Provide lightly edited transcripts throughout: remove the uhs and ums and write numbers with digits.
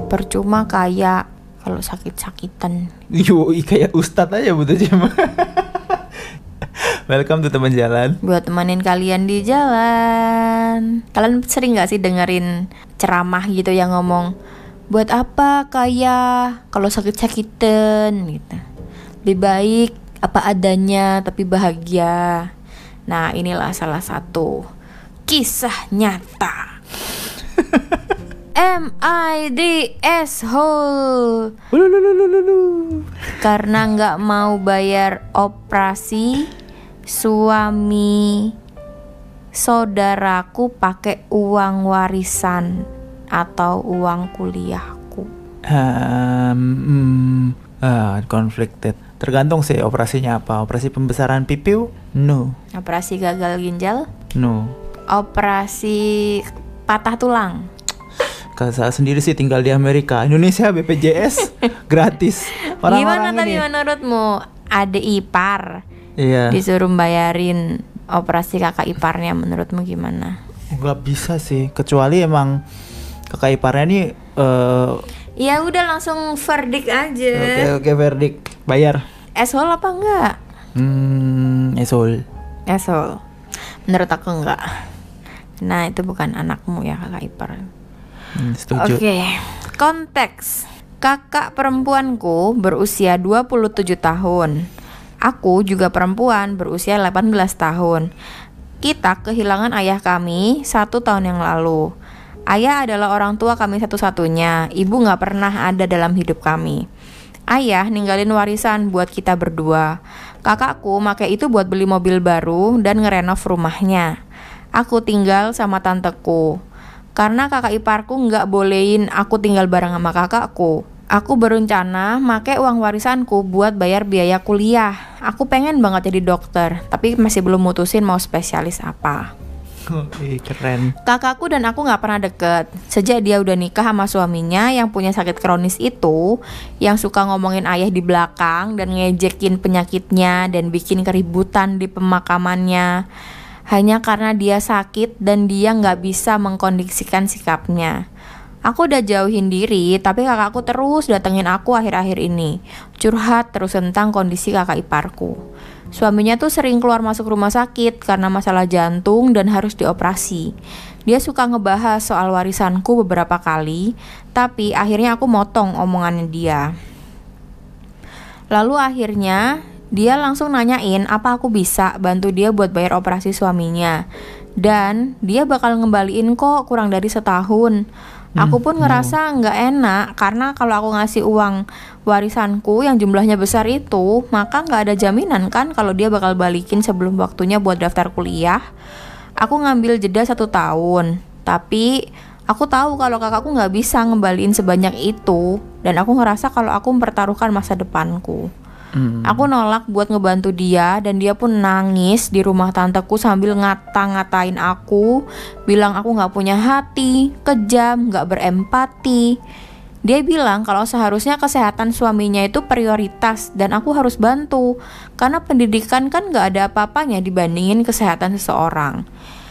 percuma kaya kalau sakit-sakitan. Yoi, kayak ustadz aja butuh cuma. Welcome to teman jalan. Buat temenin kalian di jalan. Kalian sering gak sih dengerin ceramah gitu yang ngomong, buat apa kaya kalau sakit-sakitan gitu. Lebih baik apa adanya tapi bahagia. Nah, inilah salah satu kisah nyata. MIDS hole. Karena gak mau bayar operasi, suami saudaraku pakai uang warisan atau uang kuliahku. Conflicted. Tergantung sih operasinya apa. Operasi pembesaran pipiu? No. Operasi gagal ginjal? No. Operasi patah tulang? Kalau saya sendiri sih tinggal di Amerika. Indonesia BPJS gratis. Gimana tadi menurutmu? Adik ipar disuruh bayarin operasi kakak iparnya, menurutmu gimana? Gak bisa sih, kecuali emang kakak iparnya nih ya udah langsung verdict aja. Oke, verdict. Bayar. Esol apa enggak? Esol. Menurut aku enggak. Nah, itu bukan anakmu ya, kakak ipar. Setuju. Oke. Konteks. Kakak perempuanku berusia 27 tahun. Aku juga perempuan berusia 18 tahun. Kita kehilangan ayah kami 1 tahun yang lalu. Ayah adalah orang tua kami satu-satunya. Ibu gak pernah ada dalam hidup kami. Ayah ninggalin warisan buat kita berdua. Kakakku pakai itu buat beli mobil baru dan ngerenov rumahnya. Aku tinggal sama tanteku. Karena kakak iparku gak bolehin aku tinggal bareng sama kakakku, aku berencana make uang warisanku buat bayar biaya kuliah. Aku pengen banget jadi dokter, tapi masih belum mutusin mau spesialis apa. Keren. Kakakku dan aku gak pernah deket. Sejak dia udah nikah sama suaminya yang punya sakit kronis itu, yang suka ngomongin ayah di belakang dan ngejekin penyakitnya dan bikin keributan di pemakamannya, hanya karena dia sakit dan dia gak bisa mengkondisikan sikapnya. Aku udah jauhin diri, tapi kakakku terus datengin aku akhir-akhir ini, curhat terus tentang kondisi kakak iparku. Suaminya tuh sering keluar masuk rumah sakit karena masalah jantung dan harus dioperasi. Dia suka ngebahas soal warisanku beberapa kali, tapi akhirnya aku motong omongannya dia. Lalu akhirnya dia langsung nanyain apa aku bisa bantu dia buat bayar operasi suaminya. Dan dia bakal ngembaliin kok kurang dari setahun. Aku pun ngerasa gak enak karena kalau aku ngasih uang warisanku yang jumlahnya besar itu, maka gak ada jaminan kan kalau dia bakal balikin sebelum waktunya buat daftar kuliah. Aku ngambil jeda 1 tahun, tapi aku tahu kalau kakakku gak bisa ngembaliin sebanyak itu. Dan aku ngerasa kalau aku mempertaruhkan masa depanku. Aku nolak buat ngebantu dia dan dia pun nangis di rumah tanteku sambil ngata-ngatain aku, bilang aku gak punya hati, kejam, gak berempati. Dia bilang kalau seharusnya kesehatan suaminya itu prioritas dan aku harus bantu, karena pendidikan kan gak ada apa-apanya dibandingin kesehatan seseorang.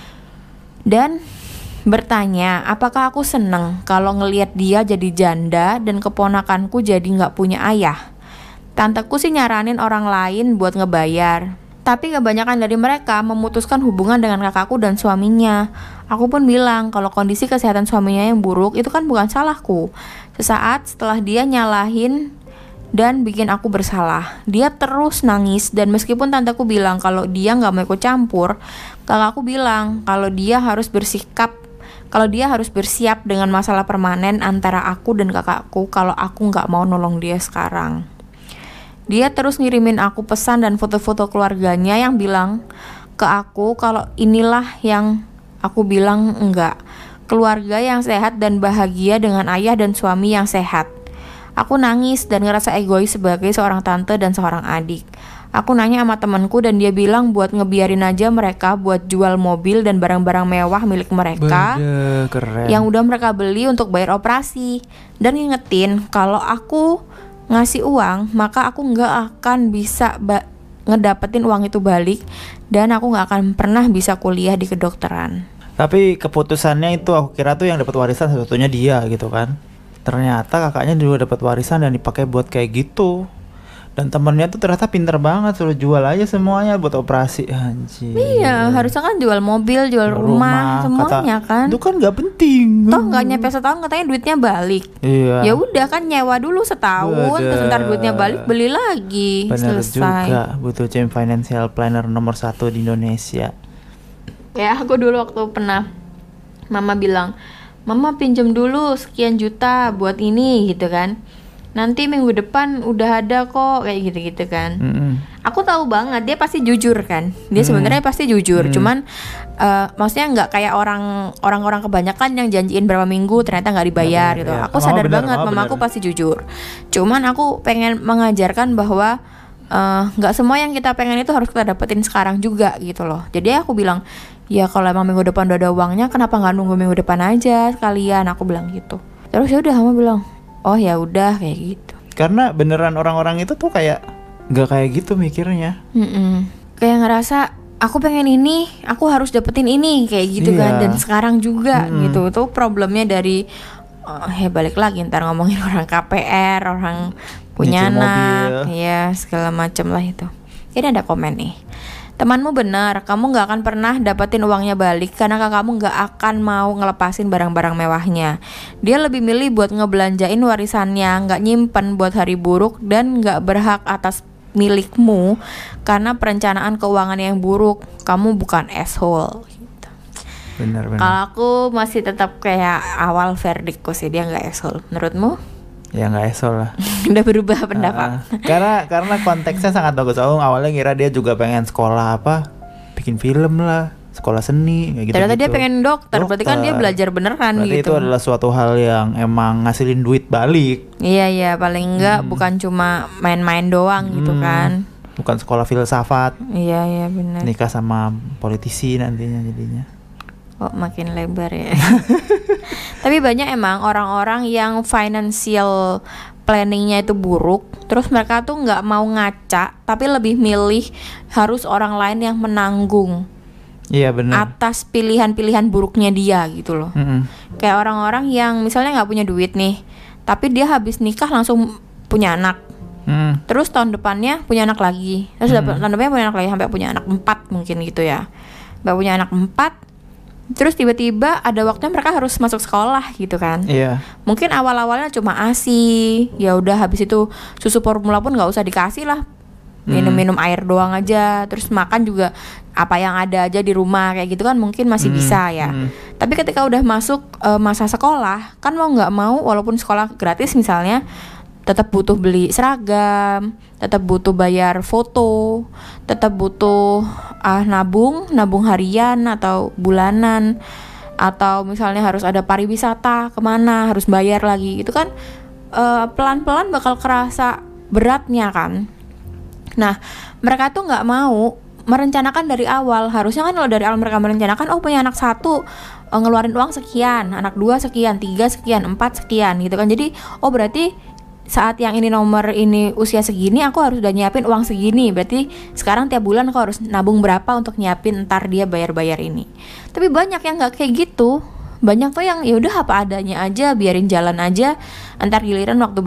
Dan bertanya apakah aku seneng kalau ngelihat dia jadi janda dan keponakanku jadi gak punya ayah. Tanteku sih nyaranin orang lain buat ngebayar, tapi kebanyakan dari mereka memutuskan hubungan dengan kakakku dan suaminya. Aku pun bilang kalau kondisi kesehatan suaminya yang buruk itu kan bukan salahku. Sesaat setelah dia nyalahin dan bikin aku bersalah, dia terus nangis. Dan meskipun tanteku bilang kalau dia gak mau ikut campur, kakakku bilang kalau dia harus bersiap dengan masalah permanen antara aku dan kakakku kalau aku gak mau nolong dia sekarang. Dia terus ngirimin aku pesan dan foto-foto keluarganya yang bilang ke aku kalau inilah yang aku bilang enggak. Keluarga yang sehat dan bahagia dengan ayah dan suami yang sehat. Aku nangis dan ngerasa egois sebagai seorang tante dan seorang adik. Aku nanya sama temanku dan dia bilang buat ngebiarin aja mereka buat jual mobil dan barang-barang mewah milik mereka. Keren. Yang udah mereka beli untuk bayar operasi. Dan ngingetin kalau aku ngasih uang, maka aku gak akan bisa ngedapetin uang itu balik. Dan aku gak akan pernah bisa kuliah di kedokteran. Tapi keputusannya itu aku kira tuh yang dapat warisan satu-satunya dia gitu kan. Ternyata kakaknya juga dapat warisan dan dipakai buat kayak gitu. Dan temennya tuh ternyata pinter banget, suruh jual aja semuanya buat operasi. Anjir. Iya, harusnya kan jual mobil, jual rumah, semuanya kan. Itu kan nggak penting. Toh nggak nyampe setahun katanya duitnya balik. Iya. Ya udah kan nyewa dulu setahun, terus ntar duitnya balik beli lagi. Bener selesai. juga, butuh tim financial planner nomor 1 di Indonesia. Ya aku dulu waktu pernah mama bilang, mama pinjam dulu sekian juta buat ini gitu kan. Nanti minggu depan udah ada kok kayak gitu-gitu kan. Aku tahu banget dia pasti jujur kan. Dia sebenarnya pasti jujur. Cuman maksudnya nggak kayak orang-orang kebanyakan yang janjiin berapa minggu ternyata nggak dibayar gitu. Ya. Aku sadar banget mama aku pasti jujur. Cuman aku pengen mengajarkan bahwa nggak semua yang kita pengen itu harus kita dapetin sekarang juga gitu loh. Jadi aku bilang, ya kalau emang minggu depan udah ada uangnya, kenapa nggak nunggu minggu depan aja sekalian? Aku bilang gitu. Terus ya udah mama bilang, oh ya udah kayak gitu. Karena beneran orang-orang itu tuh kayak nggak kayak gitu mikirnya. Kayak ngerasa aku pengen ini, aku harus dapetin ini kayak gitu kan. Dan sekarang juga gitu. Itu problemnya dari ya balik lagi ntar ngomongin orang KPR, orang punya nyicil anak, mobil. ya segala macem lah itu. Ini ada komen nih. Temanmu benar, kamu gak akan pernah dapetin uangnya balik karena kakakmu gak akan mau ngelepasin barang-barang mewahnya. Dia lebih milih buat ngebelanjain warisannya, gak nyimpen buat hari buruk, dan gak berhak atas milikmu karena perencanaan keuangan yang buruk. Kamu bukan asshole gitu. Bener. Kalau aku masih tetap kayak awal verdikku sih, dia gak asshole. Menurutmu? Ya nggak esol lah. Udah berubah pendapat. Karena konteksnya sangat bagus. Aku awalnya kira dia juga pengen sekolah apa, bikin film lah, sekolah seni kayak gitu. Ternyata dia pengen dokter, berarti kan dia belajar beneran berarti gitu. itu adalah suatu hal yang emang ngasilin duit balik. Iya paling enggak bukan cuma main-main doang gitu kan. Bukan sekolah filsafat. Iya benar. Nikah sama politisi nantinya jadinya. Oh makin lebar ya. Tapi banyak emang orang-orang yang financial planningnya itu buruk, terus mereka tuh nggak mau ngaca, tapi lebih milih harus orang lain yang menanggung. Iya benar. Atas pilihan-pilihan buruknya dia gitu loh. Kayak orang-orang yang misalnya nggak punya duit nih, tapi dia habis nikah langsung punya anak. Terus tahun depannya punya anak lagi, terus tahun depannya punya anak lagi sampai punya anak 4 mungkin gitu ya. Mbak punya anak 4. Terus tiba-tiba ada waktunya mereka harus masuk sekolah gitu kan. Iya. Mungkin awal-awalnya cuma ASI, ya udah habis itu susu formula pun nggak usah dikasih lah, minum air doang aja. Terus makan juga apa yang ada aja di rumah kayak gitu kan mungkin masih bisa ya. Tapi ketika udah masuk masa sekolah, kan mau nggak mau walaupun sekolah gratis misalnya, tetap butuh beli seragam, tetap butuh bayar foto, tetap butuh nabung harian atau bulanan, atau misalnya harus ada pariwisata kemana harus bayar lagi. Itu kan pelan-pelan bakal kerasa beratnya kan. Nah mereka tuh nggak mau merencanakan dari awal. Harusnya kan kalau dari awal mereka merencanakan, oh punya anak 1 ngeluarin uang sekian, anak 2 sekian, 3 sekian, 4 sekian gitu kan. Jadi oh berarti saat yang ini nomor ini usia segini aku harus udah nyiapin uang segini. Berarti sekarang tiap bulan aku harus nabung berapa untuk nyiapin ntar dia bayar-bayar ini. Tapi banyak yang nggak kayak gitu. Banyak tuh yang ya udah apa adanya aja, biarin jalan aja. Ntar giliran waktu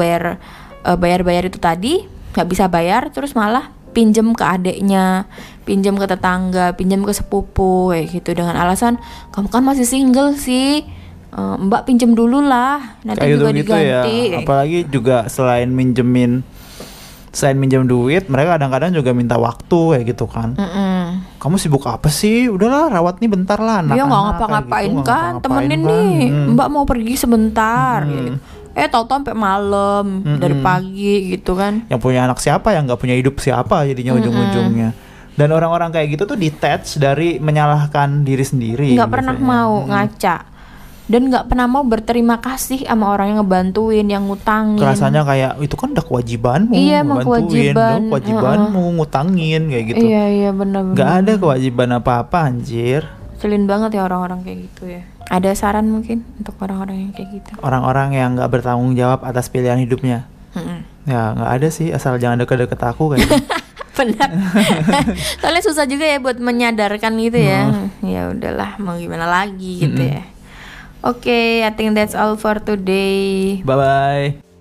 bayar itu tadi nggak bisa bayar, terus malah pinjem ke adeknya, pinjem ke tetangga, pinjem ke sepupu kayak gitu dengan alasan kamu kan masih single sih. Mbak pinjem dulu lah, nanti kayak juga gitu diganti. Ya. Apalagi juga selain minjem duit, mereka kadang-kadang juga minta waktu kayak gitu kan. Kamu sibuk apa sih? Udahlah rawat nih bentar lah anak-anak. Dia nggak ngapa-ngapain gitu, kan, temenin kan. nih. Mbak mau pergi sebentar. Gitu. Tahu-tahu sampai malam dari pagi gitu kan. Yang punya anak siapa, yang nggak punya hidup siapa jadinya ujung-ujungnya. Dan orang-orang kayak gitu tuh detach dari menyalahkan diri sendiri. Nggak pernah mau ngaca. Dan nggak pernah mau berterima kasih sama orang yang ngebantuin, yang ngutangin. Rasanya kayak itu kan udah kewajibanmu. Iya, emang kewajibanmu ngutangin kayak gitu. Iya benar-benar. Nggak ada kewajiban apa-apa anjir. Selin banget ya orang-orang kayak gitu ya. Ada saran mungkin untuk orang-orang yang kayak gitu? Orang-orang yang nggak bertanggung jawab atas pilihan hidupnya. Ya nggak ada sih, asal jangan deket-deket aku kayak gitu. Benar. Soalnya susah juga ya buat menyadarkan gitu ya. Ya udahlah, mau gimana lagi gitu ya. Oke, I think that's all for today. Bye bye.